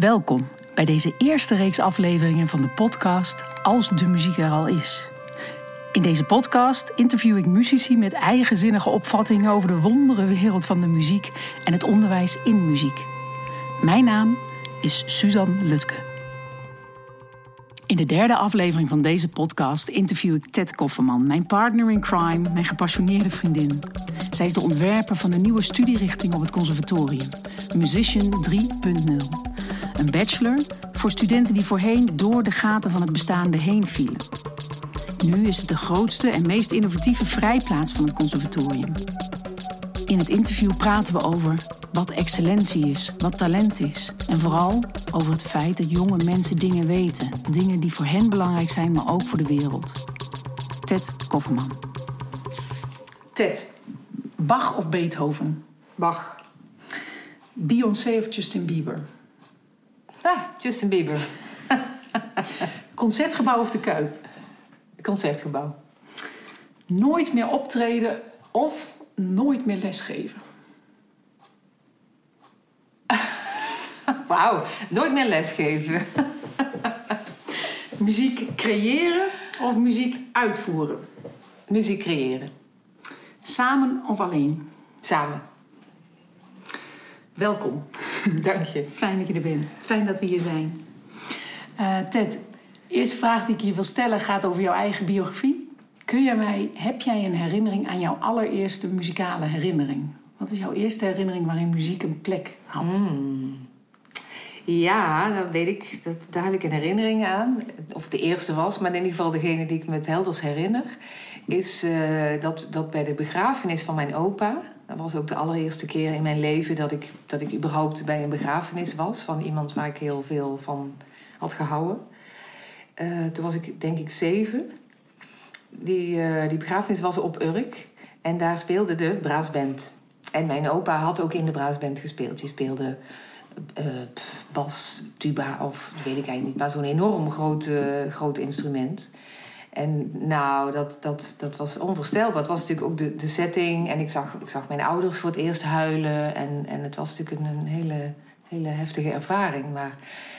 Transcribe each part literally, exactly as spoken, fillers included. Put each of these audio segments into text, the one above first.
Welkom bij deze eerste reeks afleveringen van de podcast Als de muziek er al is. In deze podcast interview ik muzici met eigenzinnige opvattingen over de wondere wereld van de muziek en het onderwijs in muziek. Mijn naam is Suzanne Lutke. In de derde aflevering van deze podcast interview ik Ted Kofferman, mijn partner in crime, mijn gepassioneerde vriendin. Zij is de ontwerper van de nieuwe studierichting op het conservatorium, Musician drie punt nul. Een bachelor voor studenten die voorheen door de gaten van het bestaande heen vielen. Nu is het de grootste en meest innovatieve vrijplaats van het conservatorium. In het interview praten we over wat excellentie is, wat talent is. En vooral over het feit dat jonge mensen dingen weten. Dingen die voor hen belangrijk zijn, maar ook voor de wereld. Ted Kofferman. Ted, Bach of Beethoven? Bach. Beyoncé of Justin Bieber? Ah, Justin Bieber. Concertgebouw of de Kuip? Concertgebouw. Nooit meer optreden of nooit meer lesgeven? Wauw, nooit meer lesgeven. Muziek creëren of muziek uitvoeren? Muziek creëren. Samen of alleen? Samen. Welkom. Dank je. Fijn dat je er bent. Fijn dat we hier zijn. Uh, Ted, de eerste vraag die ik je wil stellen gaat over jouw eigen biografie. Kun je mij, heb jij een herinnering aan jouw allereerste muzikale herinnering? Wat is jouw eerste herinnering waarin muziek een plek had? Mm. Ja, dat weet ik. Dat, daar heb ik een herinnering aan. Of de eerste was, maar in ieder geval degene die ik me het helderst herinner, is uh, dat, dat bij de begrafenis van mijn opa. Dat was ook de allereerste keer in mijn leven dat ik, dat ik überhaupt bij een begrafenis was van iemand waar ik heel veel van had gehouden. Uh, toen was ik denk ik zeven. Die, uh, die begrafenis was op Urk en daar speelde de braasband. En mijn opa had ook in de braasband gespeeld. Die speelde uh, bas, tuba of weet ik eigenlijk niet, maar zo'n enorm groot, uh, groot instrument. En nou, dat, dat, dat was onvoorstelbaar. Het was natuurlijk ook de, de setting. En ik zag, ik zag mijn ouders voor het eerst huilen. En, en het was natuurlijk een, een hele, hele heftige ervaring. Maar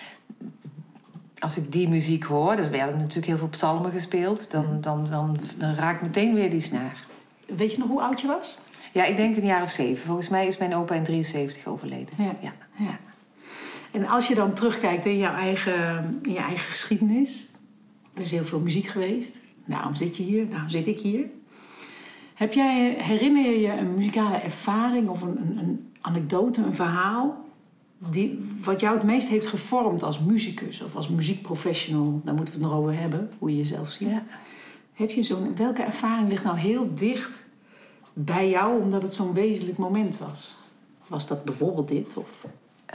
als ik die muziek hoor, dus werden natuurlijk heel veel psalmen gespeeld, dan, dan, dan, dan raakt meteen weer die snaar. Weet je nog hoe oud je was? Ja, ik denk een jaar of zeven. Volgens mij is mijn opa in drieënzeventig overleden. Ja. Ja. Ja. En als je dan terugkijkt in jouw eigen, in je eigen geschiedenis, er is heel veel muziek geweest. Daarom zit je hier, daarom zit ik hier. Heb jij, herinner je je een muzikale ervaring of een, een, een anekdote, een verhaal, die, wat jou het meest heeft gevormd als muzikus of als muziekprofessional? Daar moeten we het nog over hebben, hoe je jezelf ziet. Ja. Heb je zo'n, welke ervaring ligt nou heel dicht bij jou omdat het zo'n wezenlijk moment was? Was dat bijvoorbeeld dit? Of? Uh,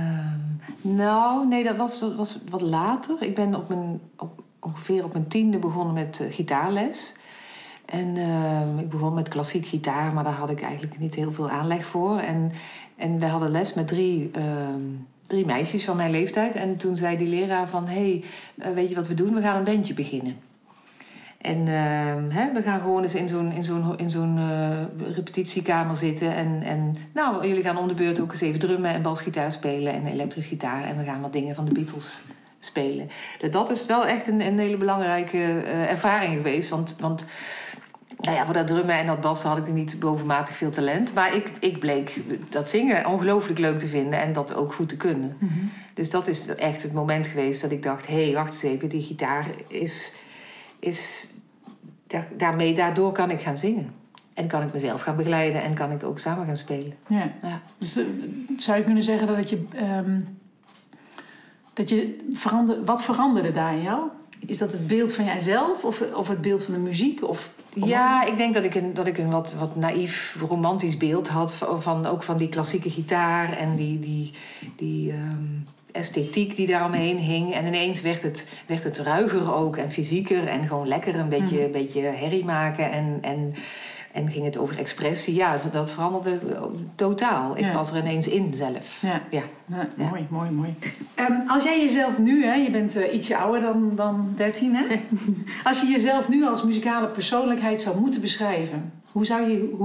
nou, nee, dat was, dat was wat later. Ik ben op mijn, op, ongeveer op mijn tiende begonnen met uh, gitaarles. En uh, ik begon met klassiek gitaar, maar daar had ik eigenlijk niet heel veel aanleg voor. En, en we hadden les met drie, uh, drie meisjes van mijn leeftijd. En toen zei die leraar van, hé, hey, uh, weet je wat we doen? We gaan een bandje beginnen. En uh, hè, we gaan gewoon eens in zo'n, in zo'n, in zo'n uh, repetitiekamer zitten. En, en nou, jullie gaan om de beurt ook eens even drummen en basgitaar spelen en elektrisch gitaar. En we gaan wat dingen van de Beatles spelen. Dus dat is wel echt een, een hele belangrijke uh, ervaring geweest. Want, want nou ja, voor dat drummen en dat bassen had ik niet bovenmatig veel talent. Maar ik, ik bleek dat zingen ongelooflijk leuk te vinden en dat ook goed te kunnen. Mm-hmm. Dus dat is echt het moment geweest dat ik dacht, hé, hey, wacht eens even, die gitaar is... is Daar, daarmee, daardoor kan ik gaan zingen. En kan ik mezelf gaan begeleiden en kan ik ook samen gaan spelen. Ja. Ja. Dus, uh, zou je kunnen zeggen dat je... Um, dat je verander, wat veranderde daar in jou? Is dat het beeld van jijzelf of, of het beeld van de muziek? Of, of ja, ik denk dat ik een, dat ik een wat, wat naïef, romantisch beeld had... Van, van, ook van die klassieke gitaar en die... die, die um, esthetiek die daaromheen hing. En ineens werd het, werd het ruiger ook en fysieker en gewoon lekker een beetje, mm. beetje herrie maken. En, en, en ging het over expressie. Ja, dat veranderde totaal. Ik ja. was er ineens in zelf. Ja, ja. ja, ja. Mooi, mooi, mooi. Um, als jij jezelf nu, hè, je bent uh, ietsje ouder dan, dan dertien, hè? Als je jezelf nu als muzikale persoonlijkheid zou moeten beschrijven, hoe zou je, hoe,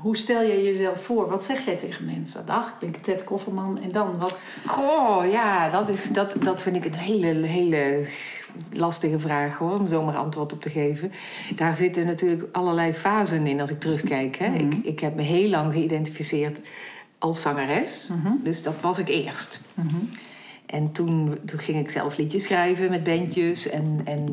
hoe stel je jezelf voor? Wat zeg jij tegen mensen? Dag, ik ben Ted Kofferman. En dan wat? Goh, ja, dat, is, dat, dat vind ik een hele, hele lastige vraag, hoor, om zomaar antwoord op te geven. Daar zitten natuurlijk allerlei fasen in als ik terugkijk. Hè. Mm-hmm. ik, ik heb me heel lang geïdentificeerd als zangeres. Mm-hmm. Dus dat was ik eerst. Mm-hmm. En toen, toen ging ik zelf liedjes schrijven met bandjes. En, en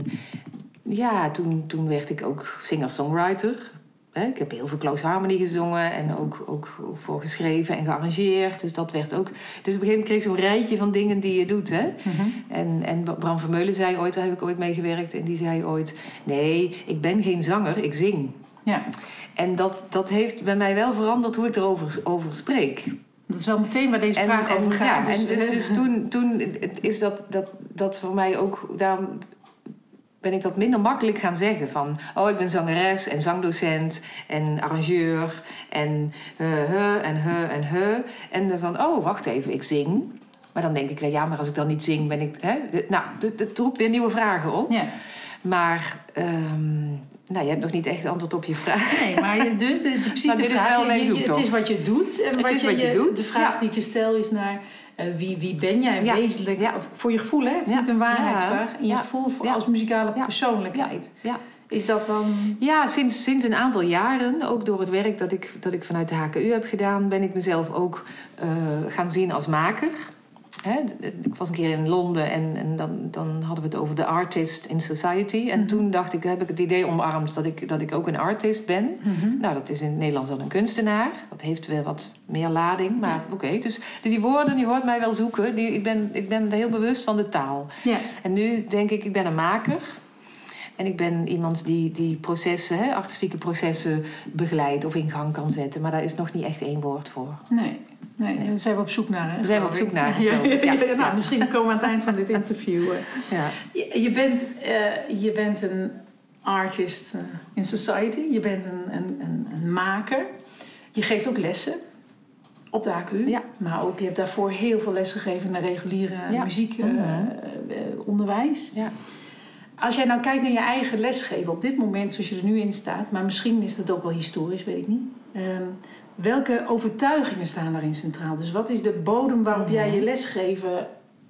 ja, toen, toen werd ik ook singer-songwriter. Ik heb heel veel Close Harmony gezongen en ook, ook voor geschreven en gearrangeerd. Dus dat werd ook. Dus op een gegeven moment kreeg ik zo'n rijtje van dingen die je doet. Hè? Mm-hmm. En, en Bram Vermeulen zei ooit, daar heb ik ooit mee gewerkt. En die zei ooit: nee, ik ben geen zanger, ik zing. Ja. En dat, dat heeft bij mij wel veranderd hoe ik erover over spreek. Dat is wel meteen waar deze vraag en, over gaat. Ja, dus, en dus, dus toen, toen is dat, dat, dat voor mij ook. Daarom ben ik dat minder makkelijk gaan zeggen. Van, oh, ik ben zangeres en zangdocent en arrangeur en uh, he en he en he. En van, oh, wacht even, ik zing. Maar dan denk ik, ja, maar als ik dan niet zing, ben ik. Hè, de, nou, het roept weer nieuwe vragen op. Ja. Maar. Um, Nou, je hebt nog niet echt antwoord op je vraag. Nee, maar je, dus de, de, precies maar de vraag. Is je, je, het is wat je doet. En het wat is je, wat je, je doet. De vraag ja. die ik je stel is naar uh, wie, wie ben jij ja. wezenlijk? Ja. Voor je gevoel, hè? Het is ja. niet een waarheidsvraag. En je ja. gevoel voor, ja. als muzikale ja. persoonlijkheid. Ja. Ja. Is dat dan... Ja, sinds, sinds een aantal jaren, ook door het werk dat ik, dat ik vanuit de H K U heb gedaan, ben ik mezelf ook uh, gaan zien als maker. He, ik was een keer in Londen en, en dan, dan hadden we het over de artist in society. En mm-hmm. toen dacht ik, heb ik het idee omarmd dat ik, dat ik ook een artist ben. Mm-hmm. Nou, dat is in het Nederlands dan een kunstenaar. Dat heeft weer wat meer lading, maar ja. oké. Okay. Dus, dus die woorden, die hoort mij wel zoeken. Die, ik, ben, ik ben heel bewust van de taal. Ja. En nu denk ik, ik ben een maker. En ik ben iemand die, die processen, hè, artistieke processen begeleidt of in gang kan zetten. Maar daar is nog niet echt één woord voor. Nee. Nee, daar zijn we op zoek naar. Hè, daar zijn we op zoek naar. Ja, ja, ja, ja, nou, misschien komen we aan het eind van dit interview. Ja. Je, je, bent, uh, je bent een artist uh, in society. Je bent een, een, een, een maker. Je geeft ook lessen op de H K U. Ja. Maar ook, je hebt daarvoor heel veel lessen gegeven naar reguliere ja. muziekonderwijs. Uh, uh, ja. Als jij nou kijkt naar je eigen lesgeven op dit moment, zoals je er nu in staat, maar misschien is dat ook wel historisch, weet ik niet. Um, Welke overtuigingen staan daarin centraal? Dus wat is de bodem waarop jij je lesgeven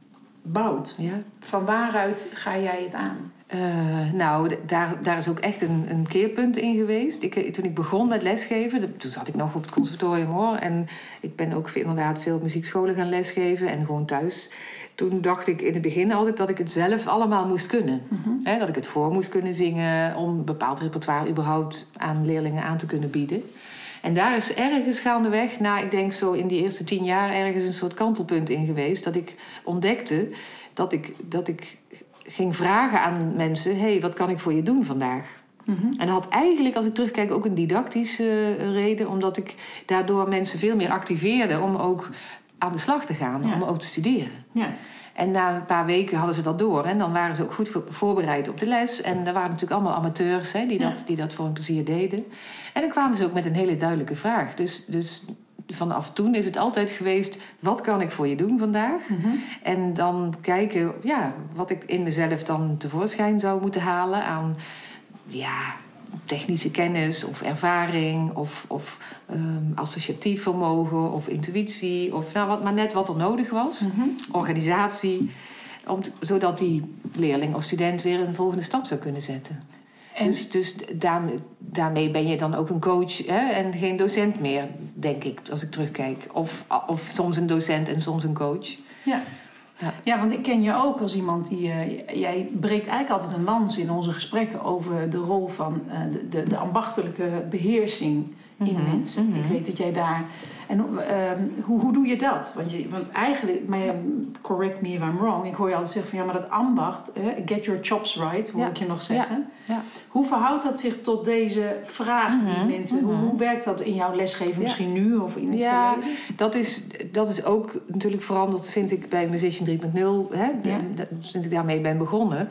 bouwt? Ja. Van waaruit ga jij het aan? Uh, nou, d- daar, daar is ook echt een, een keerpunt in geweest. Ik, toen ik begon met lesgeven, de, toen zat ik nog op het conservatorium hoor. En ik ben ook inderdaad veel muziekscholen gaan lesgeven en gewoon thuis. Toen dacht ik in het begin altijd dat ik het zelf allemaal moest kunnen. Mm-hmm. He, dat ik het voor moest kunnen zingen om een bepaald repertoire überhaupt aan leerlingen aan te kunnen bieden. En daar is ergens gaandeweg, na ik denk zo in die eerste tien jaar, ergens een soort kantelpunt in geweest. Dat ik ontdekte dat ik, dat ik ging vragen aan mensen: hé, hey, wat kan ik voor je doen vandaag? Mm-hmm. En dat had eigenlijk, als ik terugkijk, ook een didactische uh, reden. Omdat ik daardoor mensen veel meer activeerde om ook aan de slag te gaan. Ja. Om ook te studeren. Ja. En na een paar weken hadden ze dat door. En dan waren ze ook goed voorbereid op de les. En er waren natuurlijk allemaal amateurs hè, die, dat, ja. die dat voor een plezier deden. En dan kwamen ze ook met een hele duidelijke vraag. Dus, dus vanaf toen is het altijd geweest: wat kan ik voor je doen vandaag? Mm-hmm. En dan kijken ja, wat ik in mezelf dan tevoorschijn zou moeten halen aan ja, technische kennis of ervaring of, of um, associatief vermogen of intuïtie of nou, wat, maar net wat er nodig was. Mm-hmm. Organisatie, om, zodat die leerling of student weer een volgende stap zou kunnen zetten. En dus dus daarmee, daarmee ben je dan ook een coach hè, en geen docent meer, denk ik, als ik terugkijk. Of, of soms een docent en soms een coach. Ja. Ja. ja, want ik ken je ook als iemand die... Uh, jij breekt eigenlijk altijd een lans in onze gesprekken over de rol van uh, de, de, de ambachtelijke beheersing in mm-hmm. mensen. Mm-hmm. Ik weet dat jij daar... En uh, hoe, hoe doe je dat? Want, je, want eigenlijk, maar correct me if I'm wrong, ik hoor je altijd zeggen van ja, maar dat ambacht, uh, get your chops right, hoor ja. ik je nog zeggen. Ja. Ja. Hoe verhoudt dat zich tot deze vraag mm-hmm. die mensen... Mm-hmm. Hoe, hoe werkt dat in jouw lesgeven, ja. misschien nu of in het ja, verleden? Dat is, dat is ook natuurlijk veranderd sinds ik bij Musician drie punt nul, hè, ja. de, sinds ik daarmee ben begonnen.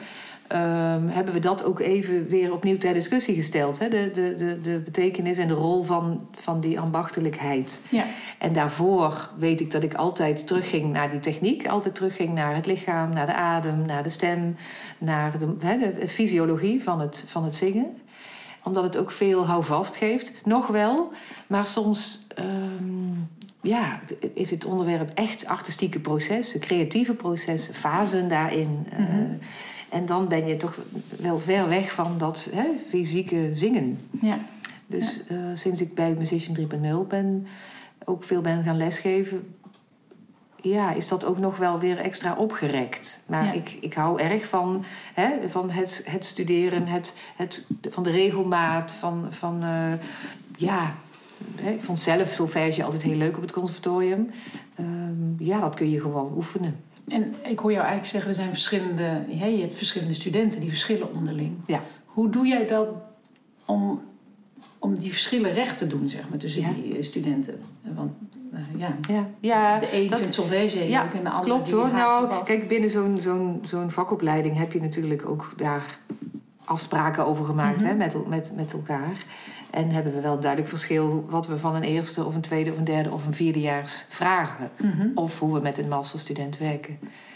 Um, hebben we dat ook even weer opnieuw ter discussie gesteld. Hè? De, de, de, de betekenis en de rol van, van die ambachtelijkheid. Ja. En daarvoor weet ik dat ik altijd terugging naar die techniek. Altijd terugging naar het lichaam, naar de adem, naar de stem. Naar de, hè, de fysiologie van het, van het zingen. Omdat het ook veel houvast geeft. Nog wel, maar soms um, ja, is het onderwerp echt artistieke processen, creatieve processen, fasen daarin. Mm-hmm. Uh, en dan ben je toch wel ver weg van dat hè, fysieke zingen. Ja. Dus ja. Uh, sinds ik bij Musician drie punt nul ben, ook veel ben gaan lesgeven, ja, is dat ook nog wel weer extra opgerekt. Maar ja. ik, ik hou erg van, hè, van het, het studeren, het, het, van de regelmaat, van, van uh, ja... Ik vond zelf solfège altijd heel leuk op het conservatorium. Um, ja, dat kun je gewoon oefenen. En ik hoor jou eigenlijk zeggen, er zijn verschillende... Ja, je hebt verschillende studenten, die verschillen onderling. Ja. Hoe doe jij dat om, om die verschillen recht te doen, zeg maar, tussen ja. die studenten? Want uh, ja, ja. ja, de een dat, vindt solfège ja, en de ander... Klopt hoor. Nou, kijk, binnen zo'n, zo'n, zo'n vakopleiding heb je natuurlijk ook daar afspraken over gemaakt, mm-hmm. hè, met, met, met elkaar. En hebben we wel een duidelijk verschil wat we van een eerste of een tweede of een derde of een vierdejaars vragen. Mm-hmm. Of hoe we met een masterstudent werken.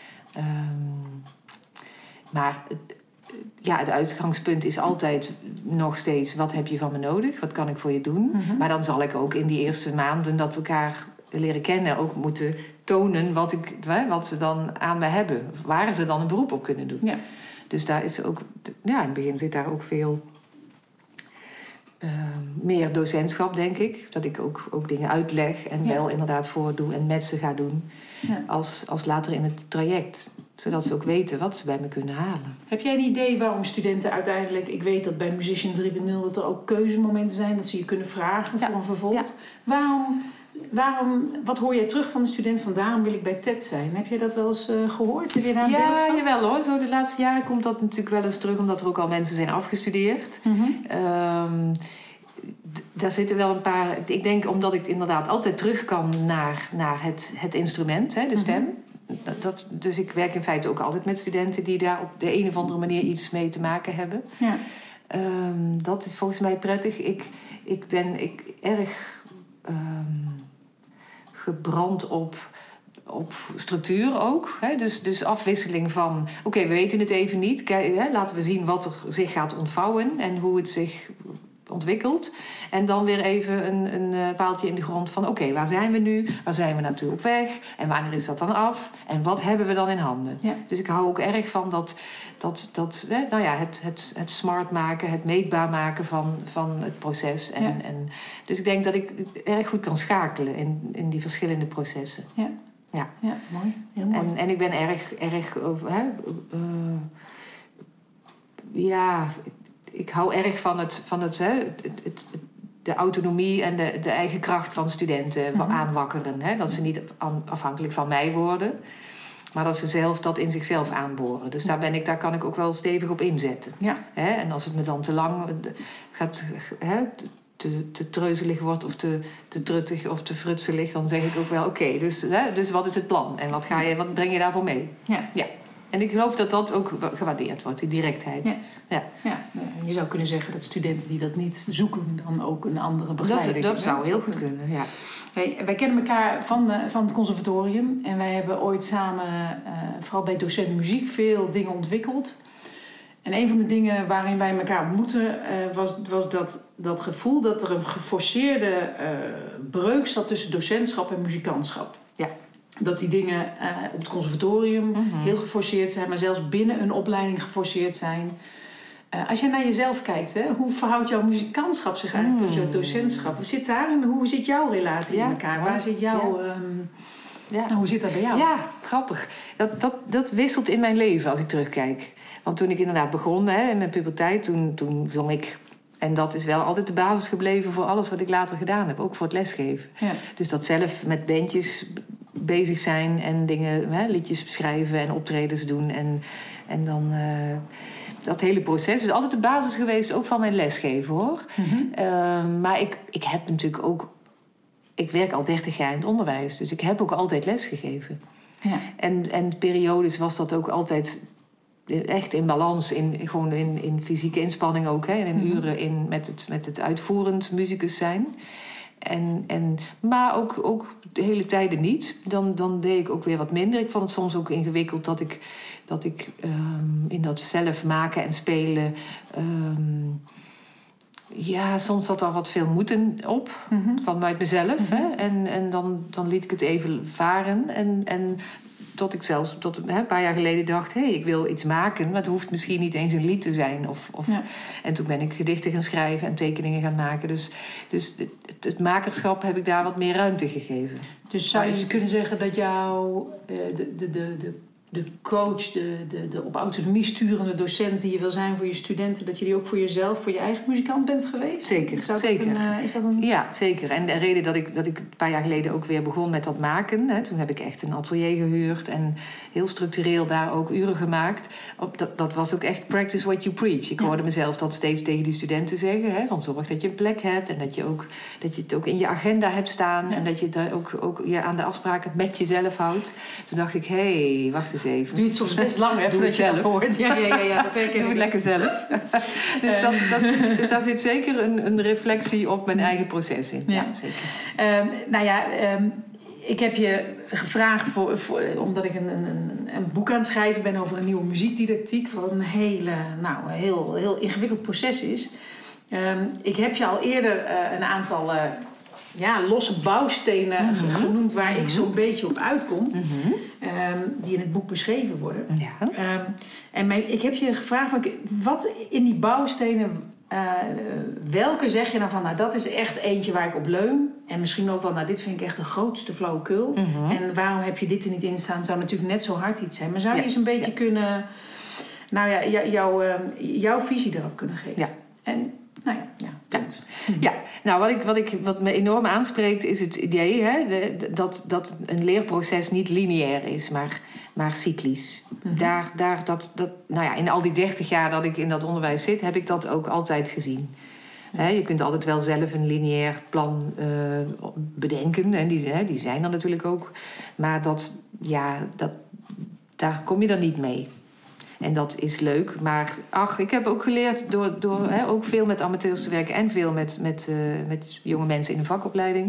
Um, maar het, ja, het uitgangspunt is altijd nog steeds, wat heb je van me nodig? Wat kan ik voor je doen? Mm-hmm. Maar dan zal ik ook in die eerste maanden dat we elkaar leren kennen ook moeten tonen wat, ik, wat ze dan aan me hebben. Waar ze dan een beroep op kunnen doen. Ja. Dus daar is ook, ja, in het begin zit daar ook veel... Uh, meer docentschap, denk ik. Dat ik ook, ook dingen uitleg en ja. wel inderdaad voordoe en met ze ga doen. Ja. Als, als later in het traject. Zodat ze ook weten wat ze bij me kunnen halen. Heb jij een idee waarom studenten uiteindelijk... Ik weet dat bij Musician drie punt nul dat er ook keuzemomenten zijn. Dat ze je kunnen vragen ja. voor een vervolg. Ja. Waarom, waarom, wat hoor jij terug van de student van daarom wil ik bij T E D zijn? Heb je dat wel eens uh, gehoord? Heb je daar een ja, beeld van? Jawel hoor. Zo de laatste jaren komt dat natuurlijk wel eens terug. Omdat er ook al mensen zijn afgestudeerd. Mm-hmm. Um, d- daar zitten wel een paar... Ik denk omdat ik inderdaad altijd terug kan naar, naar het, het instrument, hè, de stem. Mm-hmm. Dat, dat, dus ik werk in feite ook altijd met studenten die daar op de een of andere manier iets mee te maken hebben. Ja. Um, dat is volgens mij prettig. Ik, ik ben ik, erg um, gebrand op, op structuur ook. Hè? Dus, dus afwisseling van, oké, okay, we weten het even niet. Kijk, hè, laten we zien wat er zich gaat ontvouwen en hoe het zich ontwikkelt. En dan weer even een, een paaltje in de grond van... oké, okay, waar zijn we nu? Waar zijn we naartoe op weg? En wanneer is dat dan af? En wat hebben we dan in handen? Ja. Dus ik hou ook erg van dat... dat, dat nou ja, het, het, het smart maken, het meetbaar maken van, van het proces. En, ja. en, dus ik denk dat ik erg goed kan schakelen in, in die verschillende processen. Ja, ja. ja mooi. Heel mooi. En, en ik ben erg... erg over, hè, uh, ja... Ik hou erg van het, van het, hè, het, het, de autonomie en de, de eigen kracht van studenten mm-hmm. aanwakkeren. Hè? Dat ze niet afhankelijk van mij worden, maar dat ze zelf dat in zichzelf aanboren. Dus daar, ben ik, daar kan ik ook wel stevig op inzetten. Ja. Hè? En als het me dan te lang gaat, hè, te, te treuzelig wordt of te, te truttig of te frutselig, dan zeg ik ook wel oké, okay, dus, hè, dus wat is het plan? En wat, ga je, wat breng je daarvoor mee? Ja. ja. En ik geloof dat dat ook gewaardeerd wordt, die directheid. Ja. Ja. Ja. Je zou kunnen zeggen dat studenten die dat niet zoeken... dan ook een andere begeleiding. Dat, dat zou heel goed kunnen, ja. Hey, wij kennen elkaar van, uh, van het conservatorium. En wij hebben ooit samen, uh, vooral bij docent muziek... veel dingen ontwikkeld. En een van de dingen waarin wij elkaar ontmoetten... Uh, was, was dat, dat gevoel dat er een geforceerde uh, breuk zat... tussen docentschap en muzikantschap. Ja. Dat die dingen uh, op het conservatorium mm-hmm. heel geforceerd zijn... maar zelfs binnen een opleiding geforceerd zijn. Uh, als jij naar jezelf kijkt, hè, hoe verhoudt jouw muzikantschap zich eigenlijk mm. tot jouw docentschap? Wat zit daar en hoe zit jouw relatie ja, in elkaar? Waar zit jouw... Ja. Um, ja. Nou, hoe zit dat bij jou? Ja, grappig. Dat, dat, dat wisselt in mijn leven als ik terugkijk. Want toen ik inderdaad begon hè, in mijn puberteit, toen, toen zong ik... En dat is wel altijd de basis gebleven voor alles wat ik later gedaan heb. Ook voor het lesgeven. Ja. Dus dat zelf met bandjes... bezig zijn en dingen, hè, liedjes beschrijven en optredens doen. En, en dan uh, dat hele proces is altijd de basis geweest, ook van mijn lesgeven, hoor. Mm-hmm. Uh, maar ik, ik heb natuurlijk ook... Ik werk al dertig jaar in het onderwijs, dus ik heb ook altijd lesgegeven. Ja. En, en periodes was dat ook altijd echt in balans, in, gewoon in, in fysieke inspanning ook. Hè, en in mm-hmm. uren in, met, het, met het uitvoerend muzikus zijn. En, en, maar ook, ook de hele tijden niet. Dan, dan deed ik ook weer wat minder. Ik vond het soms ook ingewikkeld dat ik, dat ik um, in dat zelf maken en spelen... Um, Ja, soms zat er wat veel moeten op, mm-hmm. vanuit mezelf. Mm-hmm. Hè? En, en dan, dan liet ik het even varen. En, en tot ik zelfs tot, hè, een paar jaar geleden dacht... hé, hey, ik wil iets maken, maar het hoeft misschien niet eens een lied te zijn. Of, of... Ja. En toen ben ik gedichten gaan schrijven en tekeningen gaan maken. Dus, dus het, het makerschap heb ik daar wat meer ruimte gegeven. Dus zou je kunnen zeggen dat jou de, de, de, de, de coach, de, de, de op autonomie sturende docent die je wil zijn voor je studenten, dat je die ook voor jezelf, voor je eigen muzikant bent geweest? Zeker, Zou zeker. Dat een, is dat een... Ja, zeker. En de reden dat ik, dat ik een paar jaar geleden ook weer begon met dat maken, hè, toen heb ik echt een atelier gehuurd en heel structureel daar ook uren gemaakt. Op, dat, dat was ook echt practice what you preach. Ik hoorde ja. mezelf dat steeds tegen die studenten zeggen, hè, van zorg dat je een plek hebt en dat je, ook, dat je het ook in je agenda hebt staan ja. en dat je daar ook, ook je aan de afspraken met jezelf houdt. Toen dacht ik, hé, hey, wacht eens even. Doe je het soms best lang, hè, voordat je dat hoort. Ja, ja, ja, ja, dat herken ik. Doe het lekker zelf. dus, dat, dat, dus daar zit zeker een, een reflectie op mijn eigen proces in. Ja, ja zeker. Um, nou ja, um, ik heb je gevraagd voor, voor, omdat ik een, een, een boek aan het schrijven ben over een nieuwe muziekdidactiek. Wat een hele, nou, heel, heel ingewikkeld proces is. Um, ik heb je al eerder uh, een aantal uh, ja, losse bouwstenen mm-hmm. genoemd waar mm-hmm. ik zo'n beetje op uitkom. Mm-hmm. Um, die in het boek beschreven worden. Ja. Um, en mijn, ik heb je gevraagd, van, wat in die bouwstenen... Uh, welke zeg je nou van, nou dat is echt eentje waar ik op leun. En misschien ook wel, nou dit vind ik echt de grootste flauwekul. Mm-hmm. En waarom heb je dit er niet in staan? Zou natuurlijk net zo hard iets zijn. Maar zou je ja. eens een beetje ja. kunnen... Nou ja, jou, jou, uh, jouw visie erop kunnen geven? Ja. En... Nou ja, ja. Ja. ja, nou wat, ik, wat, ik, wat me enorm aanspreekt is het idee hè, dat, dat een leerproces niet lineair is, maar, maar cyclisch. Mm-hmm. Daar, daar, dat, dat, nou ja, in al die dertig jaar dat ik in dat onderwijs zit, heb ik dat ook altijd gezien. Ja. He, je kunt altijd wel zelf een lineair plan uh, bedenken, en die, he, die zijn er natuurlijk ook. Maar dat, ja, dat, daar kom je dan niet mee. En dat is leuk, maar ach, ik heb ook geleerd door, door hè, ook veel met amateurs te werken en veel met, met, uh, met jonge mensen in een vakopleiding.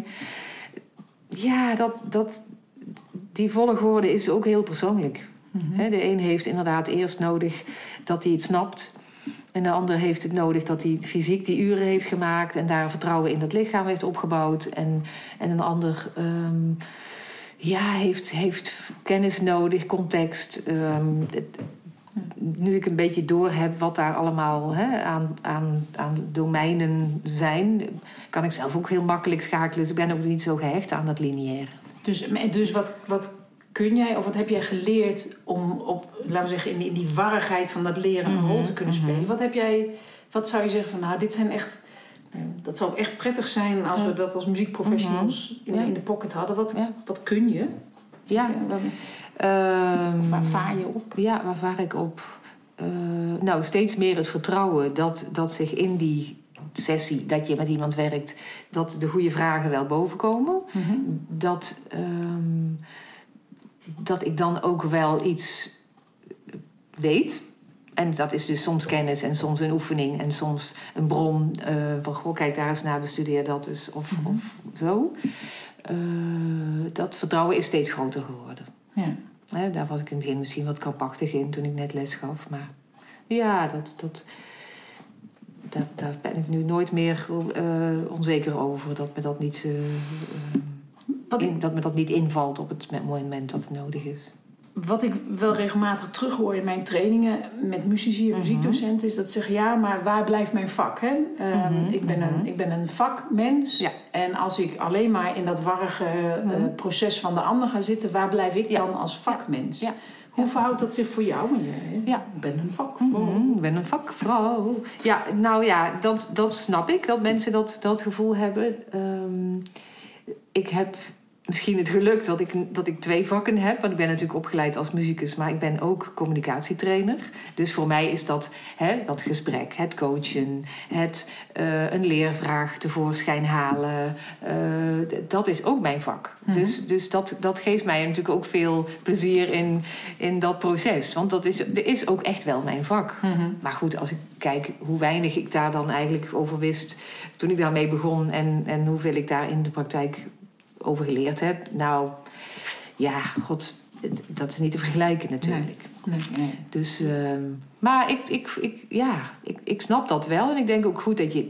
Ja, dat, dat, die volgorde is ook heel persoonlijk. Mm-hmm. Hè, de een heeft inderdaad eerst nodig dat hij het snapt. En de ander heeft het nodig dat hij fysiek die uren heeft gemaakt en daar vertrouwen in dat lichaam heeft opgebouwd. En, en een ander... Um, ja, heeft, heeft kennis nodig, context. Um, Nu ik een beetje doorheb wat daar allemaal hè, aan, aan, aan domeinen zijn, kan ik zelf ook heel makkelijk schakelen. Dus ik ben ook niet zo gehecht aan dat lineaire. Dus, dus wat, wat kun jij, of wat heb jij geleerd om op, laten we zeggen, in die, in die warrigheid van dat leren een rol te kunnen spelen? Mm-hmm. Wat heb jij, wat zou je zeggen van, nou, dit zijn echt, dat zou echt prettig zijn als we dat als muziekprofessionals mm-hmm. in, ja. in de pocket hadden. Wat, ja. wat kun je? Ja. Wat, Um, waar vaar je op? Ja, waar vaar ik op? Uh, nou, steeds meer het vertrouwen dat, dat zich in die sessie, dat je met iemand werkt, dat de goede vragen wel bovenkomen. Mm-hmm. Dat, um, dat ik dan ook wel iets weet. En dat is dus soms kennis en soms een oefening en soms een bron uh, van, goh, kijk daar eens naar, bestudeer dat dus, of, mm-hmm. of zo. Uh, dat vertrouwen is steeds groter geworden. Ja. He, daar was ik in het begin misschien wat krampachtig in toen ik net les gaf. Maar ja, dat, dat, dat, daar ben ik nu nooit meer uh, onzeker over. Dat me dat, niet, uh, uh, in, dat me dat niet invalt op het moment dat het nodig is. Wat ik wel regelmatig terughoor in mijn trainingen met muzici en muziekdocenten is dat ze zeggen, ja, maar waar blijft mijn vak? Hè? Um, mm-hmm. ik, ben een, ik ben een vakmens. Ja. En als ik alleen maar in dat warrige mm-hmm. uh, proces van de ander ga zitten, waar blijf ik ja. dan als vakmens? Ja. Ja. Hoe verhoudt dat zich voor jou? Je, ja. Ik ben een vakvrouw. Mm-hmm. Ik ben een vakvrouw. Ja, nou ja, dat, dat snap ik, dat mensen dat, dat gevoel hebben. Um, ik heb... Misschien het geluk dat ik, dat ik twee vakken heb. Want ik ben natuurlijk opgeleid als muzikus, maar ik ben ook communicatietrainer. Dus voor mij is dat hè, dat gesprek, het coachen, het uh, een leervraag tevoorschijn halen. Uh, dat is ook mijn vak. Mm-hmm. Dus, dus dat, dat geeft mij natuurlijk ook veel plezier in, in dat proces. Want dat is, dat is ook echt wel mijn vak. Mm-hmm. Maar goed, als ik kijk hoe weinig ik daar dan eigenlijk over wist toen ik daarmee begon en, en hoeveel ik daar in de praktijk over geleerd heb. Nou, ja, god, dat is niet te vergelijken natuurlijk. Nee, nee, nee. Dus, uh, maar ik, ik, ik, ja, ik, ik snap dat wel. En ik denk ook goed dat je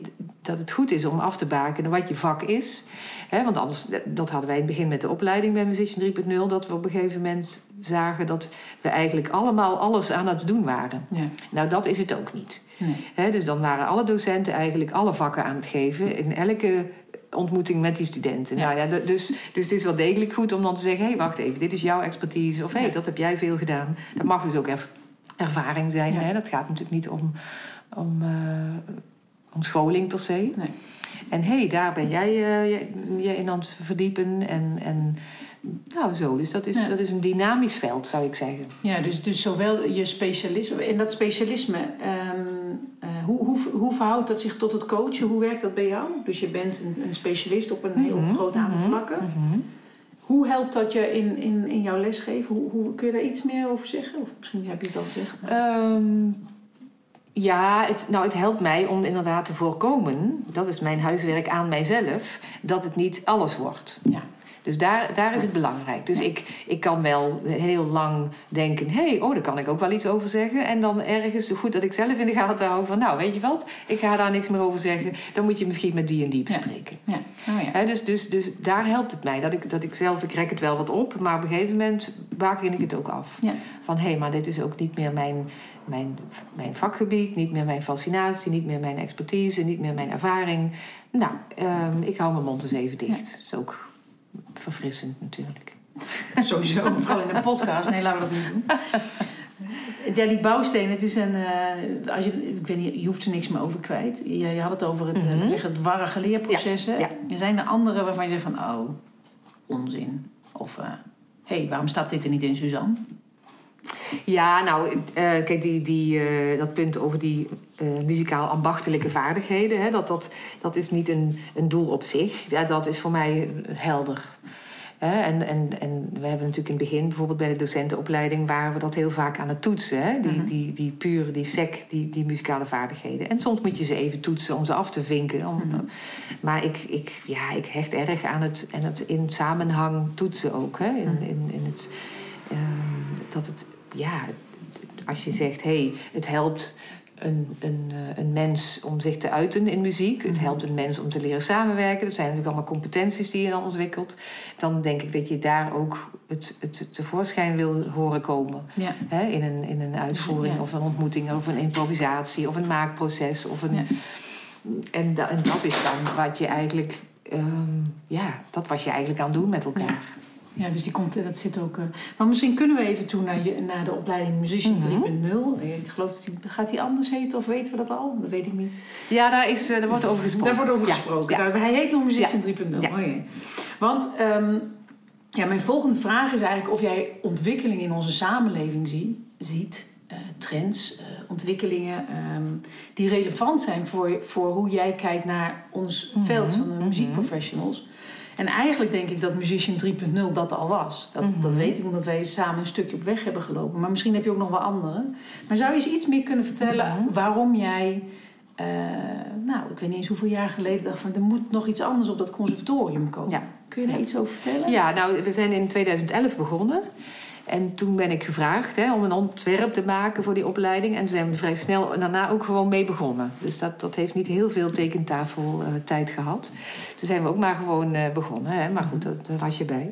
dat het goed is om af te bakenen wat je vak is. He, want anders, dat hadden wij in het begin met de opleiding bij Musician drie punt nul... dat we op een gegeven moment zagen dat we eigenlijk allemaal alles aan het doen waren. Ja. Nou, dat is het ook niet. Nee. He, dus dan waren alle docenten eigenlijk alle vakken aan het geven... in elke ontmoeting met die studenten. Ja. Nou ja, dus, dus het is wel degelijk goed om dan te zeggen... hé, hey, wacht even, dit is jouw expertise. Of hé, hey, dat heb jij veel gedaan. Dat mag dus ook er, ervaring zijn. Ja. Hè? Dat gaat natuurlijk niet om, om, uh, om scholing per se. Nee. En hé, hey, daar ben jij uh, je, je in aan het verdiepen. En, en nou zo, dus dat is, ja. dat is een dynamisch veld, zou ik zeggen. Ja, dus, dus zowel je specialisme... En dat specialisme... Um, uh, hoe, hoe, hoe verhoudt dat zich tot het coachen? Hoe werkt dat bij jou? Dus je bent een, een specialist op een heel mm-hmm. groot aantal mm-hmm. vlakken. Mm-hmm. Hoe helpt dat je in, in, in jouw lesgeven? Hoe, hoe, kun je daar iets meer over zeggen? Of misschien heb je het al gezegd. Maar... Um, ja, het, nou, het helpt mij om inderdaad te voorkomen... dat is mijn huiswerk aan mijzelf... dat het niet alles wordt. Ja. Dus daar, daar is het belangrijk. Dus ik, ik kan wel heel lang denken... hé, hey, oh, daar kan ik ook wel iets over zeggen. En dan ergens, goed dat ik zelf in de gaten hou van... nou, weet je wat, ik ga daar niks meer over zeggen. Dan moet je misschien met die en die bespreken. Ja. Ja. Oh, ja. He, dus, dus, dus daar helpt het mij. Dat ik, dat ik zelf, ik rek het wel wat op... maar op een gegeven moment baken ik het ook af. Ja. Van, hé, hey, maar dit is ook niet meer mijn, mijn, mijn vakgebied... niet meer mijn fascinatie, niet meer mijn expertise... niet meer mijn ervaring. Nou, um, ik hou mijn mond eens even dicht. Ja. Dat is ook... verfrissend natuurlijk. Sowieso, vooral in een podcast. Nee, laten we dat niet doen. Ja, die bouwsteen, het is een... Uh, als je, ik weet niet, je hoeft er niks meer over kwijt. Je, je had het over het, mm-hmm. uh, het warrige leerproces. Ja, ja. Er zijn er andere waarvan je zegt van... oh, onzin. Of, hé, uh, hey, waarom staat dit er niet in, Suzanne? Ja, nou, uh, kijk, die, die, uh, dat punt over die uh, muzikaal-ambachtelijke vaardigheden... Hè, dat, dat, dat is niet een, een doel op zich. Ja, dat is voor mij helder. Hè, en, en, en we hebben natuurlijk in het begin, bijvoorbeeld bij de docentenopleiding... waren we dat heel vaak aan het toetsen. Hè? Die, mm-hmm. die, die pure, die sec, die, die muzikale vaardigheden. En soms moet je ze even toetsen om ze af te vinken. Om, mm-hmm. Maar ik, ik, ja, ik hecht erg aan het, en het in samenhang toetsen ook. Hè? In, in, in het, uh, dat het... Ja, als je zegt, hé, hey, het helpt een, een, een mens om zich te uiten in muziek. Het helpt een mens om te leren samenwerken. Dat zijn natuurlijk allemaal competenties die je dan ontwikkelt. Dan denk ik dat je daar ook het, het tevoorschijn wil horen komen. Ja. Hè, in, een, in een uitvoering ja. of een ontmoeting of een improvisatie of een maakproces. Of een, ja. en, da, en dat is dan wat je eigenlijk... Um, ja, dat was je eigenlijk aan het doen met elkaar. Ja. Ja, dus die komt, dat zit ook... Uh... Maar misschien kunnen we even toe naar, je, naar de opleiding Musician mm-hmm. drie punt nul. Ik geloof dat die... Gaat die anders heten of weten we dat al? Dat weet ik niet. Ja, daar, is, uh, daar wordt over gesproken. Daar wordt over ja. gesproken. Ja. Nou, hij heet nog Musician ja. drie punt nul. Ja. Oh, ja. Want um, ja, mijn volgende vraag is eigenlijk... of jij ontwikkelingen in onze samenleving zie, ziet... Uh, trends, uh, ontwikkelingen... Um, die relevant zijn voor, voor hoe jij kijkt naar ons mm-hmm. veld van de muziekprofessionals... En eigenlijk denk ik dat Musician drie punt nul dat al was. Dat, mm-hmm. dat weet ik omdat wij samen een stukje op weg hebben gelopen. Maar misschien heb je ook nog wel andere. Maar zou je eens iets meer kunnen vertellen mm-hmm. waarom jij... Uh, nou, ik weet niet eens hoeveel jaar geleden dacht van... er moet nog iets anders op dat conservatorium komen. Ja. Kun je daar ja. iets over vertellen? Ja, nou, we zijn in tweeduizend elf begonnen. En toen ben ik gevraagd hè, om een ontwerp te maken voor die opleiding. En toen zijn we vrij snel daarna ook gewoon mee begonnen. Dus dat, dat heeft niet heel veel tekentafel uh, tijd gehad. Toen zijn we ook maar gewoon uh, begonnen. Hè. Maar goed, dat, daar was je bij.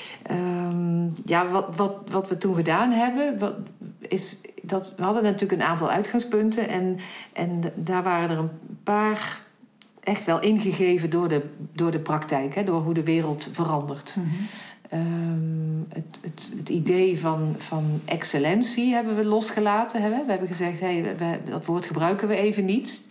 Um, ja, wat, wat, wat we toen gedaan hebben... Wat, is dat we hadden natuurlijk een aantal uitgangspunten. En, en daar waren er een paar echt wel ingegeven door de, door de praktijk. Hè, door hoe de wereld verandert. Mm-hmm. Um, het, het, het idee van, van excellentie hebben we losgelaten. Hè? We hebben gezegd, hey, we, dat woord gebruiken we even niet.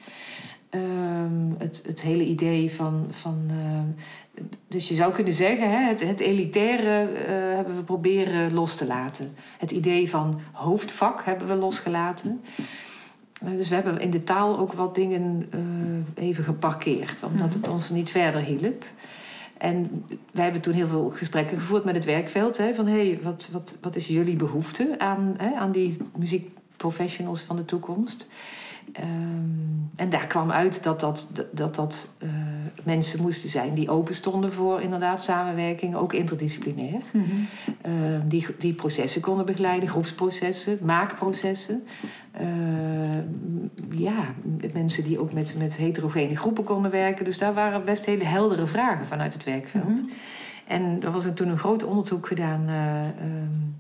Um, het, het hele idee van... van uh, dus je zou kunnen zeggen, hè, het, het elitaire uh, hebben we proberen los te laten. Het idee van hoofdvak hebben we losgelaten. Uh, dus we hebben in de taal ook wat dingen uh, even geparkeerd. Omdat het ons niet verder hielp. En wij hebben toen heel veel gesprekken gevoerd met het werkveld. Hè, van, hé, hey, wat, wat, wat is jullie behoefte aan, hè, aan die muziekprofessionals van de toekomst? Um, en daar kwam uit dat dat, dat, dat uh, mensen moesten zijn die open stonden voor inderdaad samenwerking, ook interdisciplinair. Mm-hmm. Uh, die, die processen konden begeleiden, groepsprocessen, maakprocessen. Uh, ja, mensen die ook met, met heterogene groepen konden werken. Dus daar waren best hele heldere vragen vanuit het werkveld. Mm-hmm. En er was toen een groot onderzoek gedaan Uh, um,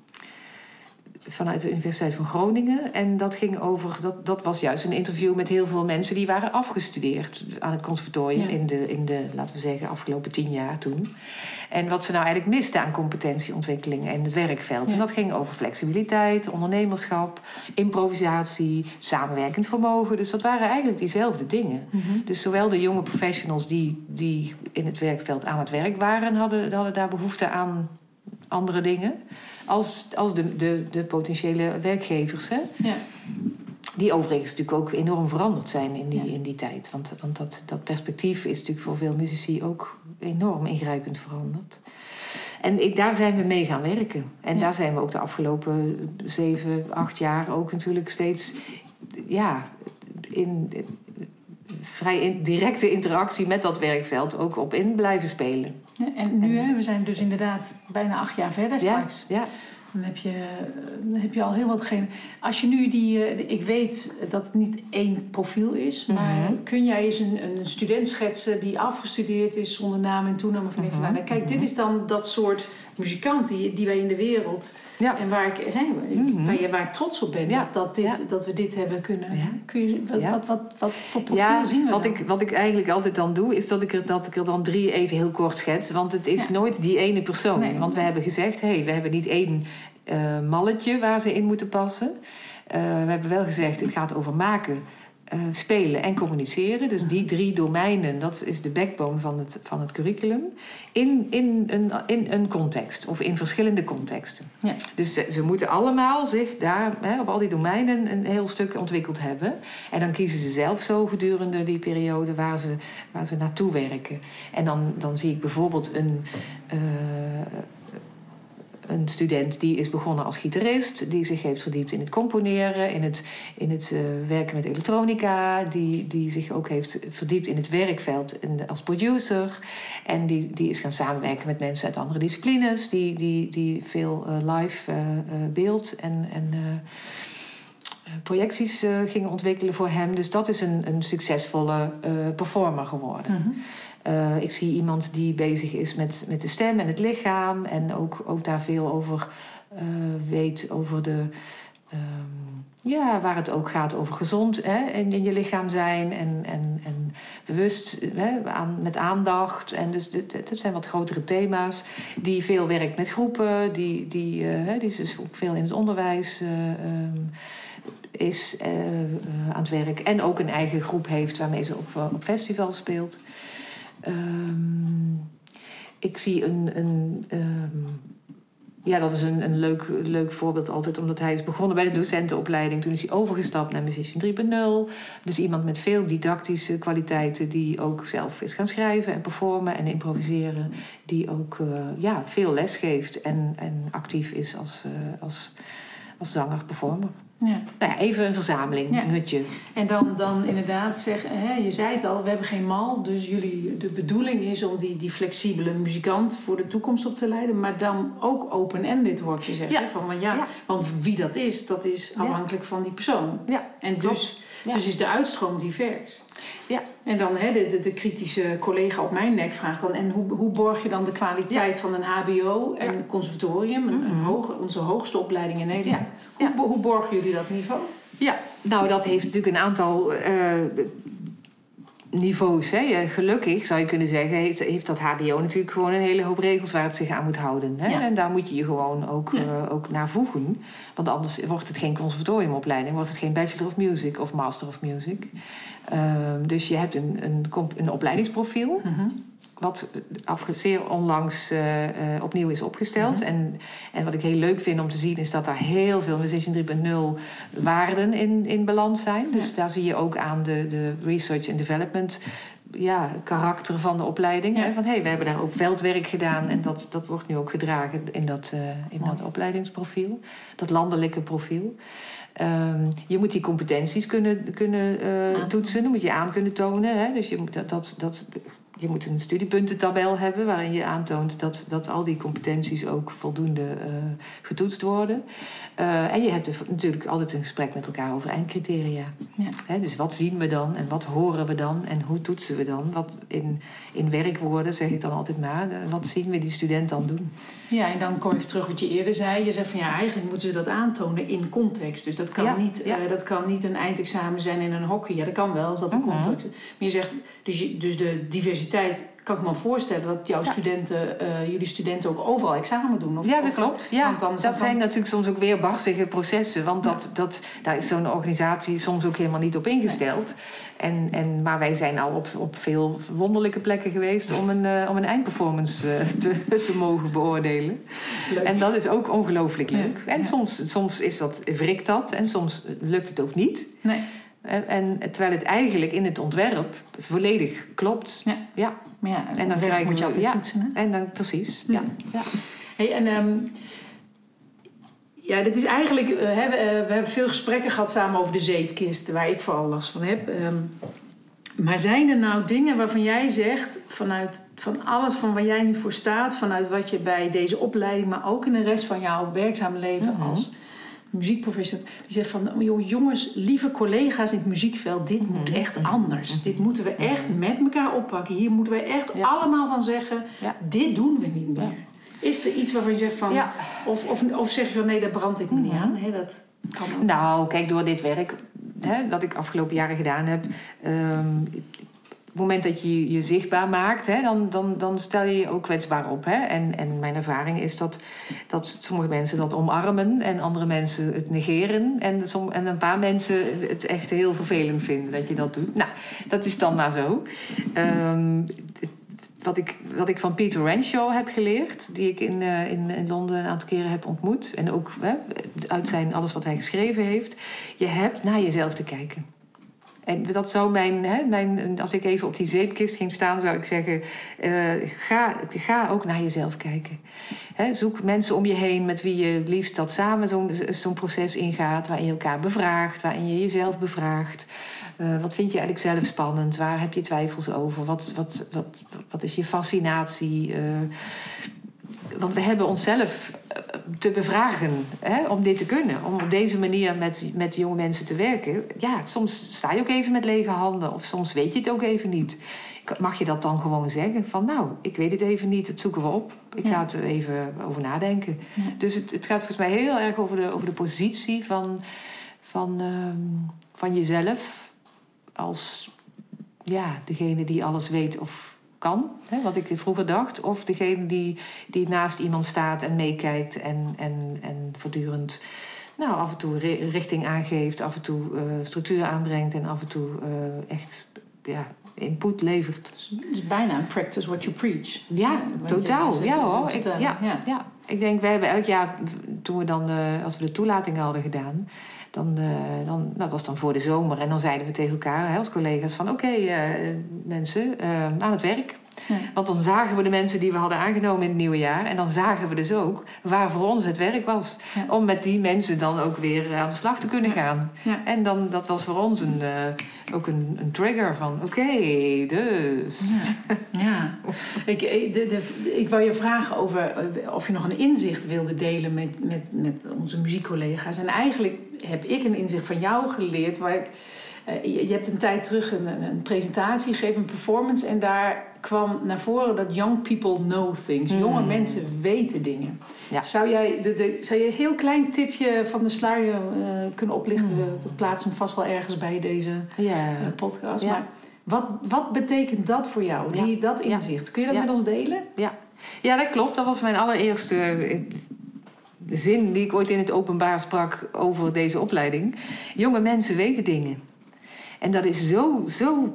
vanuit de Universiteit van Groningen. En dat ging over, dat, dat was juist een interview met heel veel mensen die waren afgestudeerd aan het conservatorium ja. in, de, in de, laten we zeggen, afgelopen tien jaar toen. En wat ze nou eigenlijk misten aan competentieontwikkeling en het werkveld. Ja. En dat ging over flexibiliteit, ondernemerschap, improvisatie, samenwerkend vermogen. Dus dat waren eigenlijk diezelfde dingen. Mm-hmm. Dus zowel de jonge professionals die, die in het werkveld aan het werk waren, hadden, hadden daar behoefte aan andere dingen. Als, als de, de, de potentiële werkgevers. Hè? Ja. Die overigens natuurlijk ook enorm veranderd zijn in die, ja. in die tijd. Want, want dat, dat perspectief is natuurlijk voor veel muzici ook enorm ingrijpend veranderd. En ik, daar zijn we mee gaan werken. En ja. daar zijn we ook de afgelopen zeven, acht jaar ook natuurlijk steeds ja, in, in vrij in, directe interactie met dat werkveld ook op in blijven spelen. Ja, en nu, hè, we zijn dus inderdaad bijna acht jaar verder straks. Ja, ja. Dan heb je, dan heb je al heel wat geen. Als je nu die. Ik weet dat het niet één profiel is. Maar mm-hmm. kun jij eens een, een student schetsen die afgestudeerd is zonder naam en toename van mm-hmm. Kijk, mm-hmm. dit is dan dat soort muzikant die, die wij in de wereld. Ja. En waar ik, hè, mm-hmm. waar, je, waar ik trots op ben. Ja. Dat, dat, dit, ja. dat we dit hebben kunnen. Ja. Kun je, wat, ja. wat, wat, wat voor profiel ja, zien we wat dan? ik, wat ik eigenlijk altijd dan doe, is dat ik er, dat ik er dan drie even heel kort schets. Want het is ja. nooit die ene persoon. Nee. Want we hebben gezegd, hé, hey, we hebben niet één uh, malletje waar ze in moeten passen. Uh, we hebben wel gezegd, het gaat over maken, uh, spelen en communiceren. Dus die drie domeinen, dat is de backbone van het, van het curriculum. In, in, een, in een context of in verschillende contexten. Ja. Dus ze, ze moeten allemaal zich daar hè, op al die domeinen een heel stuk ontwikkeld hebben. En dan kiezen ze zelf zo gedurende die periode waar ze, waar ze naartoe werken. En dan, dan zie ik bijvoorbeeld een Uh, Een student die is begonnen als gitarist, die zich heeft verdiept in het componeren, in het, in het uh, werken met elektronica, die, die zich ook heeft verdiept in het werkveld in de, als producer. En die, die is gaan samenwerken met mensen uit andere disciplines, die, die, die veel uh, live uh, uh, beeld en, en uh, projecties uh, gingen ontwikkelen voor hem. Dus dat is een, een succesvolle uh, performer geworden. Mm-hmm. Uh, ik zie iemand die bezig is met, met de stem en het lichaam. En ook, ook daar veel over uh, weet. Over de, um, ja, waar het ook gaat over gezond hè, in, in je lichaam zijn. En, en, en bewust hè, aan, met aandacht. En dus dat zijn wat grotere thema's. Die veel werkt met groepen. Die, die, uh, die is dus ook veel in het onderwijs uh, um, is uh, uh, aan het werk. En ook een eigen groep heeft waarmee ze op, uh, op festivals speelt. Um, ik zie een, een um, ja, dat is een, een leuk, leuk voorbeeld altijd, omdat hij is begonnen bij de docentenopleiding. Toen is hij overgestapt naar Musician drie punt nul. Dus iemand met veel didactische kwaliteiten, die ook zelf is gaan schrijven en performen en improviseren. Die ook uh, ja, veel les geeft en, en actief is als, uh, als, als zanger, performer. Ja. Nou ja, even een verzameling, ja. Een hutje. En dan, dan inderdaad zeggen, hè, je zei het al, we hebben geen mal. Dus jullie, de bedoeling is om die, die flexibele muzikant voor de toekomst op te leiden. Maar dan ook open-ended, hoor ik je zeggen. Ja. Van, ja, ja. Want wie dat is, dat is afhankelijk ja. van die persoon. Ja. En dus, ja. dus is de uitstroom divers. Ja. En dan hè, de, de, de kritische collega op mijn nek vraagt dan... en hoe, hoe borg je dan de kwaliteit ja. van een hbo en ja. een conservatorium... Een, een hoge, onze hoogste opleiding in Nederland? Ja. Hoe, ja. hoe borgen jullie dat niveau? Ja, nou dat heeft natuurlijk een aantal uh, niveaus. Hè. Gelukkig, zou je kunnen zeggen, heeft, heeft dat hbo natuurlijk gewoon een hele hoop regels... waar het zich aan moet houden. Hè. Ja. En daar moet je je gewoon ook, ja. uh, ook naar voegen. Want anders wordt het geen conservatoriumopleiding... wordt het geen Bachelor of Music of Master of Music... Um, dus je hebt een, een, een opleidingsprofiel... Mm-hmm. wat af, zeer onlangs uh, uh, opnieuw is opgesteld. Mm-hmm. En, en wat ik heel leuk vind om te zien... is dat daar heel veel Musician drie punt nul waarden in, in balans zijn. Dus ja. daar zie je ook aan de, de research and development ja, karakter van de opleiding. Ja. Hè? Van, hey, we hebben daar ook veldwerk gedaan en dat, dat wordt nu ook gedragen in dat, uh, in dat opleidingsprofiel. Dat landelijke profiel. Um, je moet die competenties kunnen, kunnen uh, toetsen, dan moet je aan kunnen tonen. Hè? Dus je moet, dat, dat, dat, je moet een studiepuntentabel hebben waarin je aantoont dat, dat al die competenties ook voldoende uh, getoetst worden. Uh, en je hebt dus natuurlijk altijd een gesprek met elkaar over eindcriteria. Ja. Hè? Dus wat zien we dan en wat horen we dan en hoe toetsen we dan? Wat in, in werkwoorden zeg ik dan altijd maar, wat zien we die student dan doen? Ja, en dan kom je even terug wat je eerder zei. Je zegt van ja, eigenlijk moeten ze dat aantonen in context. Dus dat kan, ja, niet, ja. uh, dat kan niet een eindexamen zijn in een hockey. Ja, dat kan wel, als dat de uh-huh. context is. Maar je zegt, dus, je, dus de diversiteit, kan ik me voorstellen dat jouw ja. studenten, uh, jullie studenten ook overal examen doen. Of, ja, dat of, klopt. Ja, want dan dat, dat zijn dan... natuurlijk soms ook weerbarstige processen. Want dat, ja. dat, daar is zo'n organisatie soms ook helemaal niet op ingesteld. Nee. En, en, maar wij zijn al op, op veel wonderlijke plekken geweest om een, uh, om een eindperformance uh, te, te mogen beoordelen. Leuk. En dat is ook ongelooflijk leuk. Ja. En ja. soms, soms is dat, wrikt dat en soms lukt het ook niet. Nee. En, en terwijl het eigenlijk in het ontwerp volledig klopt. Ja. ja. Maar ja, en dan krijg moet je altijd ja, toetsen. Hè? En dan precies. Ja. Ja. Hey, en um, ja, dit is eigenlijk. Uh, hè, we, uh, we hebben veel gesprekken gehad samen over de zeepkisten, waar ik vooral last van heb. Um, maar zijn er nou dingen waarvan jij zegt, vanuit van alles van waar jij nu voor staat, vanuit wat je bij deze opleiding, maar ook in de rest van jouw werkzaam leven mm-hmm. als muziekprofessional, die zegt van jongens, lieve collega's in het muziekveld, dit moet echt anders. Mm-hmm. Dit moeten we echt met elkaar oppakken. Hier moeten we echt ja. allemaal van zeggen, ja. dit doen we niet meer. Ja. Is er iets waarvan je zegt van, ja. of, of, of zeg je van nee, daar brand ik me niet aan? Nee, dat kan ook. Nou, kijk, door dit werk, hè, dat ik afgelopen jaren gedaan heb, um, op het moment dat je je zichtbaar maakt, hè, dan, dan, dan stel je je ook kwetsbaar op. Hè? En, en mijn ervaring is dat, dat sommige mensen dat omarmen en andere mensen het negeren. En, som, en een paar mensen het echt heel vervelend vinden dat je dat doet. Nou, dat is dan maar zo. Um, wat, ik, wat ik van Peter Renshaw heb geleerd, die ik in, uh, in, in Londen een aantal keren heb ontmoet. En ook hè, uit zijn alles wat hij geschreven heeft. Je hebt naar jezelf te kijken. En dat zou mijn, hè, mijn, als ik even op die zeepkist ging staan, zou ik zeggen, uh, ga, ga ook naar jezelf kijken. Hè, zoek mensen om je heen met wie je liefst dat samen zo'n, zo'n proces ingaat, waarin je elkaar bevraagt, waarin je jezelf bevraagt. Uh, wat vind je eigenlijk zelf spannend? Waar heb je twijfels over? Wat, wat, wat, wat is je fascinatie? Uh, want we hebben onszelf te bevragen, hè, om dit te kunnen. Om op deze manier met, met jonge mensen te werken. Ja, soms sta je ook even met lege handen. Of soms weet je het ook even niet. Mag je dat dan gewoon zeggen? Van nou, ik weet het even niet, dat zoeken we op. Ik ja. ga het er even over nadenken. Ja. Dus het, het gaat volgens mij heel erg over de, over de positie van, van, um, van jezelf. Als ja, degene die alles weet of kan, hè, wat ik vroeger dacht. Of degene die, die naast iemand staat en meekijkt en, en, en voortdurend nou, af en toe richting aangeeft, af en toe uh, structuur aanbrengt en af en toe uh, echt ja, input levert. Dus, dus bijna een practice what you preach. Ja, ja totaal. Je, dus, ja, hoor. Ik, ja, ja. ja, ik denk, wij hebben elk jaar, toen we dan, uh, als we de toelating hadden gedaan, Dan, uh, dan, dat was dan voor de zomer. En dan zeiden we tegen elkaar, hè, als collega's, van oké, okay, uh, mensen, uh, aan het werk. Ja. Want dan zagen we de mensen die we hadden aangenomen in het nieuwe jaar. En dan zagen we dus ook waar voor ons het werk was. Ja. Om met die mensen dan ook weer aan de slag te kunnen ja. gaan. Ja. En dan, dat was voor ons een, uh, ook een, een trigger van oké, okay, dus. Ja, ja. ik, de, de, ik wou je vragen over of je nog een inzicht wilde delen met, met, met onze muziekcollega's. En eigenlijk heb ik een inzicht van jou geleerd waar ik... Uh, je, je hebt een tijd terug een, een presentatie gegeven, een performance, en daar kwam naar voren dat young people know things. Mm. Jonge mensen weten dingen. Ja. Zou jij de, de, zou je een heel klein tipje van de sluier uh, kunnen oplichten? Mm. We plaatsen hem vast wel ergens bij deze yeah. uh, podcast. Ja. Maar wat, wat betekent dat voor jou? Die, ja. Dat inzicht. Kun je dat ja. met ons delen? Ja. ja, dat klopt. Dat was mijn allereerste zin die ik ooit in het openbaar sprak over deze opleiding. Jonge mensen weten dingen. En dat is zo, zo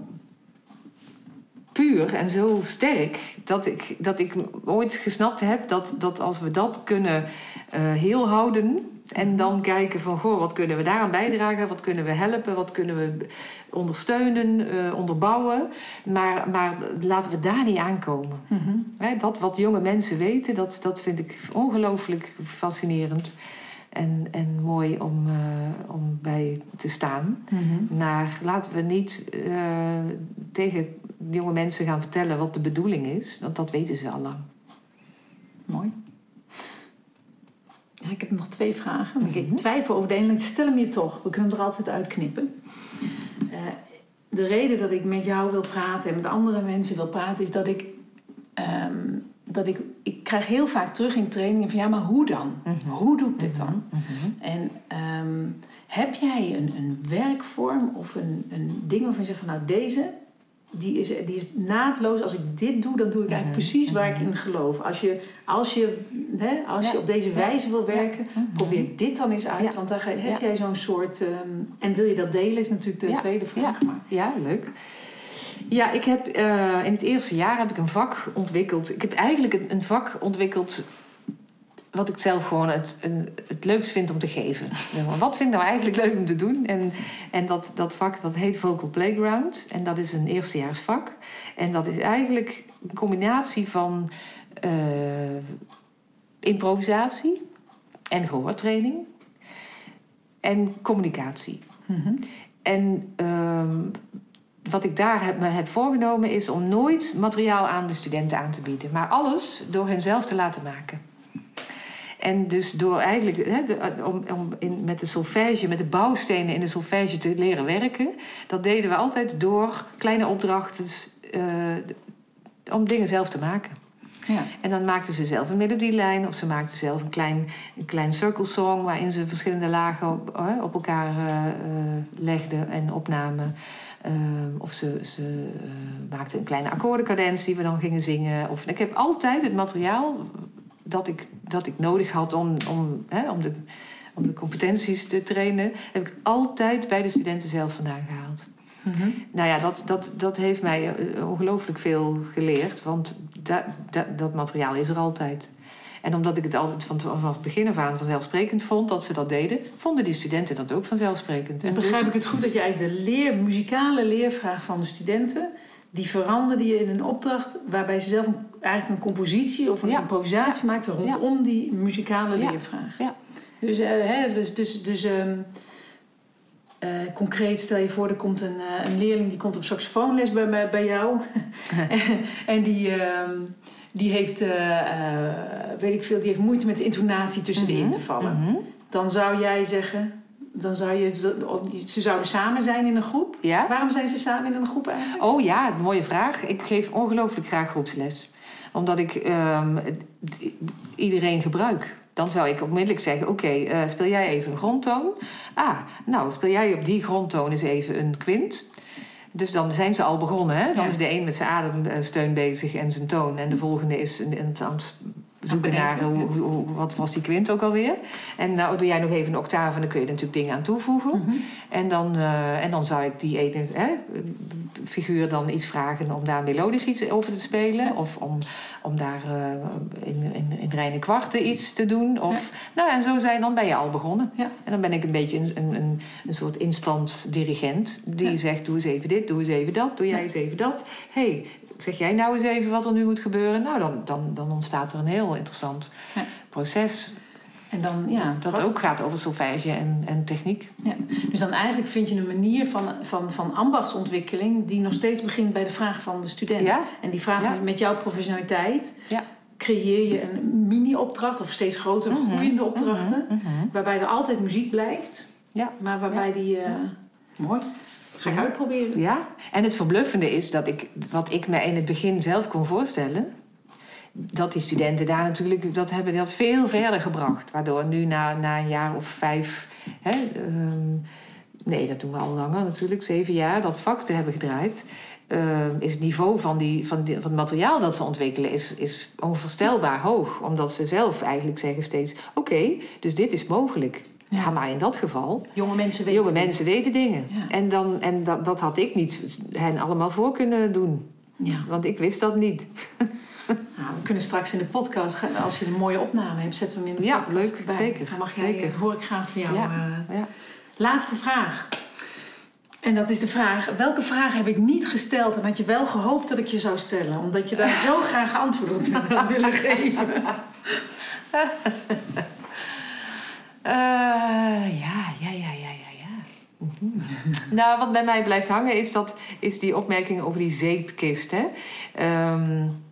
puur en zo sterk dat ik, dat ik ooit gesnapt heb dat, dat als we dat kunnen uh, heel houden En dan kijken van, goh, wat kunnen we daaraan bijdragen? Wat kunnen we helpen? Wat kunnen we ondersteunen, uh, onderbouwen? Maar, maar laten we daar niet aankomen. Mm-hmm. He, dat wat jonge mensen weten, dat, dat vind ik ongelooflijk fascinerend. En, en mooi om, uh, om bij te staan. Mm-hmm. Maar laten we niet uh, tegen jonge mensen gaan vertellen wat de bedoeling is. Want dat weten ze al lang. Mooi. Ja, ik heb nog twee vragen. Mm-hmm. Ik twijfel over de ene. Stel hem je toch. We kunnen er altijd uitknippen. Uh, de reden dat ik met jou wil praten en met andere mensen wil praten... is dat ik... Um, dat ik, ik krijg heel vaak terug in trainingen van... ja, maar hoe dan? Mm-hmm. Hoe doe ik dit dan? Mm-hmm. En um, heb jij een, een werkvorm of een, een ding waarvan je zegt van... nou, deze... Die is, die is naadloos. Als ik dit doe, dan doe ik eigenlijk mm-hmm. precies waar ik in geloof. Als je, als je, hè, als ja. je op deze wijze wil werken, ja. probeer dit dan eens uit. Ja. Want daar heb ja. jij zo'n soort... Um, en wil je dat delen, is natuurlijk de ja. tweede vraag. Ja. Maar. ja, leuk. Ja, ik heb uh, in het eerste jaar heb ik een vak ontwikkeld. Ik heb eigenlijk een, een vak ontwikkeld... wat ik zelf gewoon het, een, het leukst vind om te geven. Wat vind ik nou eigenlijk leuk om te doen? En, en dat, dat vak dat heet Vocal Playground. En dat is een eerstejaarsvak. En dat is eigenlijk een combinatie van uh, improvisatie en gehoortraining en communicatie. Mm-hmm. En um, wat ik daar heb, me heb voorgenomen is om nooit materiaal aan de studenten aan te bieden. Maar alles door hen zelf te laten maken. En dus door eigenlijk hè, de, om, om in, met de solfège, met de bouwstenen in de solfège te leren werken... dat deden we altijd door kleine opdrachten uh, om dingen zelf te maken. Ja. En dan maakten ze zelf een melodielijn of ze maakten zelf een klein, een klein circle song... waarin ze verschillende lagen op, uh, op elkaar uh, uh, legden en opnamen... Uh, of ze, ze uh, maakten een kleine akkoordencadens die we dan gingen zingen. Of, ik heb altijd het materiaal... Dat ik, dat ik nodig had om, om, hè, om, de, om de competenties te trainen... heb ik altijd bij de studenten zelf vandaan gehaald. Mm-hmm. Nou ja, dat, dat, dat heeft mij ongelooflijk veel geleerd. Want da, da, dat materiaal is er altijd. En omdat ik het altijd van, vanaf het begin af aan vanzelfsprekend vond... dat ze dat deden, vonden die studenten dat ook vanzelfsprekend. En begrijp ik het goed dat je eigenlijk de leer, muzikale leervraag van de studenten... die veranderde je in een opdracht waarbij ze zelf een, eigenlijk een compositie of een ja. improvisatie ja. maakten rondom ja. die muzikale ja. leervraag. Ja. Dus, uh, hè, dus, dus, dus um, uh, concreet stel je voor, er komt een, uh, een leerling die komt op saxofoonles bij, bij, bij jou. en, en die, uh, die heeft, uh, uh, weet ik veel, die heeft moeite met de intonatie tussen mm-hmm. de intervallen. Mm-hmm. Dan zou jij zeggen... Dan zou je, ze zouden samen zijn in een groep. Ja? Waarom zijn ze samen in een groep eigenlijk? Oh ja, mooie vraag. Ik geef ongelooflijk graag groepsles. Omdat ik um, iedereen gebruik. Dan zou ik onmiddellijk zeggen... Oké, okay, uh, speel jij even een grondtoon? Ah, nou, speel jij op die grondtoon eens even een kwint. Dus dan zijn ze al begonnen. Hè? Dan ja. is de een met zijn ademsteun bezig en zijn toon. En de volgende is aan het... zoeken naar hoe, hoe, wat was die kwint ook alweer. En nou doe jij nog even een octaaf en dan kun je er natuurlijk dingen aan toevoegen. Mm-hmm. En, dan, uh, en dan zou ik die ene hè, figuur dan iets vragen om daar melodisch iets over te spelen. Ja. Of om, om daar uh, in, in, in reine kwarten iets te doen. Of, ja. Nou, en zo zijn, dan ben je al begonnen. Ja. En dan ben ik een beetje een, een, een soort instant dirigent. Die ja. zegt, doe eens even dit, doe eens even dat, doe jij ja. eens even dat. Hey, zeg jij nou eens even wat er nu moet gebeuren? Nou, dan, dan, dan ontstaat er een heel interessant ja. proces. En dan, ja, dat wat... ook gaat over solfège en, en techniek. Ja. Dus dan eigenlijk vind je een manier van, van, van ambachtsontwikkeling... die nog steeds begint bij de vraag van de student. Ja? En die vraag ja. met jouw professionaliteit... Ja. creëer je een mini-opdracht of steeds grotere mm-hmm. groeiende opdrachten... Mm-hmm. waarbij er altijd muziek blijft. Ja. Maar waarbij ja. die... Uh, ja. Mooi. Ga ik uitproberen. Ja, en het verbluffende is dat ik, wat ik me in het begin zelf kon voorstellen... dat die studenten daar natuurlijk, dat hebben dat veel verder gebracht. Waardoor nu na, na een jaar of vijf... Hè, um, nee, dat doen we al langer natuurlijk, zeven jaar... dat vak te hebben gedraaid... Uh, is het niveau van, die, van, die, van het materiaal dat ze ontwikkelen... is, is onvoorstelbaar hoog. Omdat ze zelf eigenlijk zeggen steeds... oké, okay, dus dit is mogelijk... Ja. ja, maar in dat geval... Jonge mensen weten jonge mensen weten dingen. Ja. En, dan, en dat, dat had ik niet hen allemaal voor kunnen doen. Ja. Want ik wist dat niet. Nou, we kunnen straks in de podcast, als je een mooie opname hebt, zetten we hem in de ja, podcast leuk, erbij. Zeker. Dan mag jij, zeker. hoor ik graag van jou. Ja, Uh, ja. Laatste vraag. En dat is de vraag, welke vraag heb ik niet gesteld en had je wel gehoopt dat ik je zou stellen? Omdat je daar zo graag antwoord op had willen geven. Uh, ja, ja, ja, ja, ja, ja. Mm-hmm. Nou, wat bij mij blijft hangen is, dat, is die opmerking over die zeepkist. Hè? Um,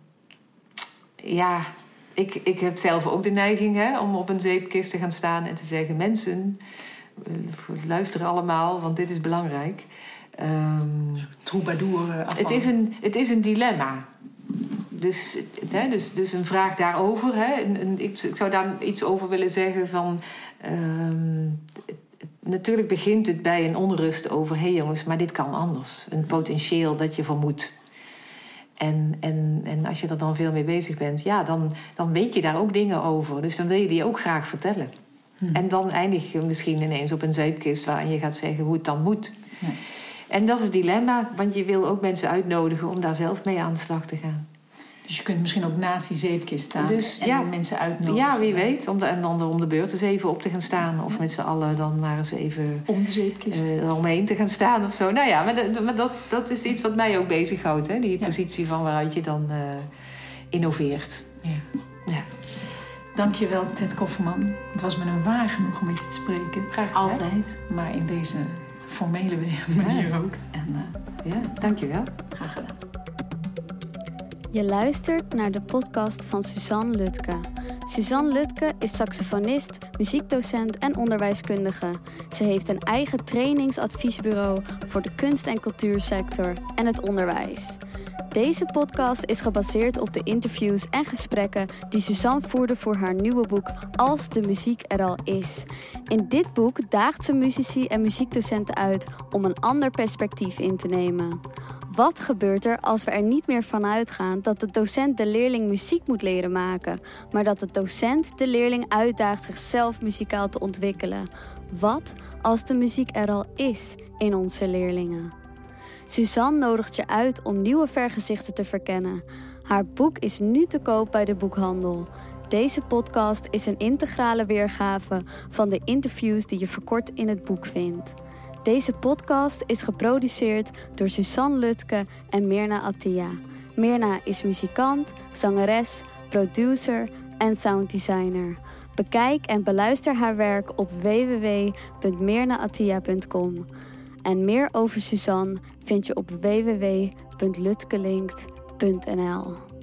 ja, ik, ik heb zelf ook de neiging, hè, om op een zeepkist te gaan staan en te zeggen, mensen, luister allemaal, want dit is belangrijk. Um, Troubadour afval. Het is een, het is een dilemma. Dus, hè, dus, dus een vraag daarover. Hè, een, een, ik, ik zou daar iets over willen zeggen van... Um, het, het, natuurlijk begint het bij een onrust over... hé hey jongens, maar dit kan anders. Een potentieel dat je vermoedt. En, en, en als je er dan veel mee bezig bent... ja, dan, dan weet je daar ook dingen over. Dus dan wil je die ook graag vertellen. Hmm. En dan eindig je misschien ineens op een zeepkist... waarin je gaat zeggen hoe het dan moet. Ja. En dat is het dilemma, want je wil ook mensen uitnodigen... om daar zelf mee aan de slag te gaan. Dus je kunt misschien ook naast die zeepkist staan dus, en ja, mensen uitnodigen. Ja, wie weet. Om de, en dan er om de beurt eens even op te gaan staan. Of ja. met z'n allen dan maar eens even... Om de zeepkist. Uh, omheen te gaan staan of zo. Nou ja, maar, de, maar dat, dat is iets wat mij ook bezighoudt. Hè? Die ja. positie van waaruit je dan uh, innoveert. Ja. Ja. Dankjewel, Ted Kofferman. Het was me een waar genoeg om met je te spreken. Graag altijd, maar in deze formele manier ja. ook. En, uh, ja, dankjewel. Graag gedaan. Je luistert naar de podcast van Suzanne Lutke. Suzanne Lutke is saxofonist, muziekdocent en onderwijskundige. Ze heeft een eigen trainingsadviesbureau voor de kunst- en cultuursector en het onderwijs. Deze podcast is gebaseerd op de interviews en gesprekken die Suzanne voerde voor haar nieuwe boek Als de muziek er al is. In dit boek daagt ze muzici en muziekdocenten uit om een ander perspectief in te nemen. Wat gebeurt er als we er niet meer van uitgaan dat de docent de leerling muziek moet leren maken, maar dat de docent de leerling uitdaagt zichzelf muzikaal te ontwikkelen? Wat als de muziek er al is in onze leerlingen? Suzanne nodigt je uit om nieuwe vergezichten te verkennen. Haar boek is nu te koop bij de boekhandel. Deze podcast is een integrale weergave van de interviews die je verkort in het boek vindt. Deze podcast is geproduceerd door Suzanne Lutke en Mirna Attia. Mirna is muzikant, zangeres, producer en sounddesigner. Bekijk en beluister haar werk op w w w punt mirna attia punt com. En meer over Suzanne vind je op w w w punt lutkelinkt punt n l.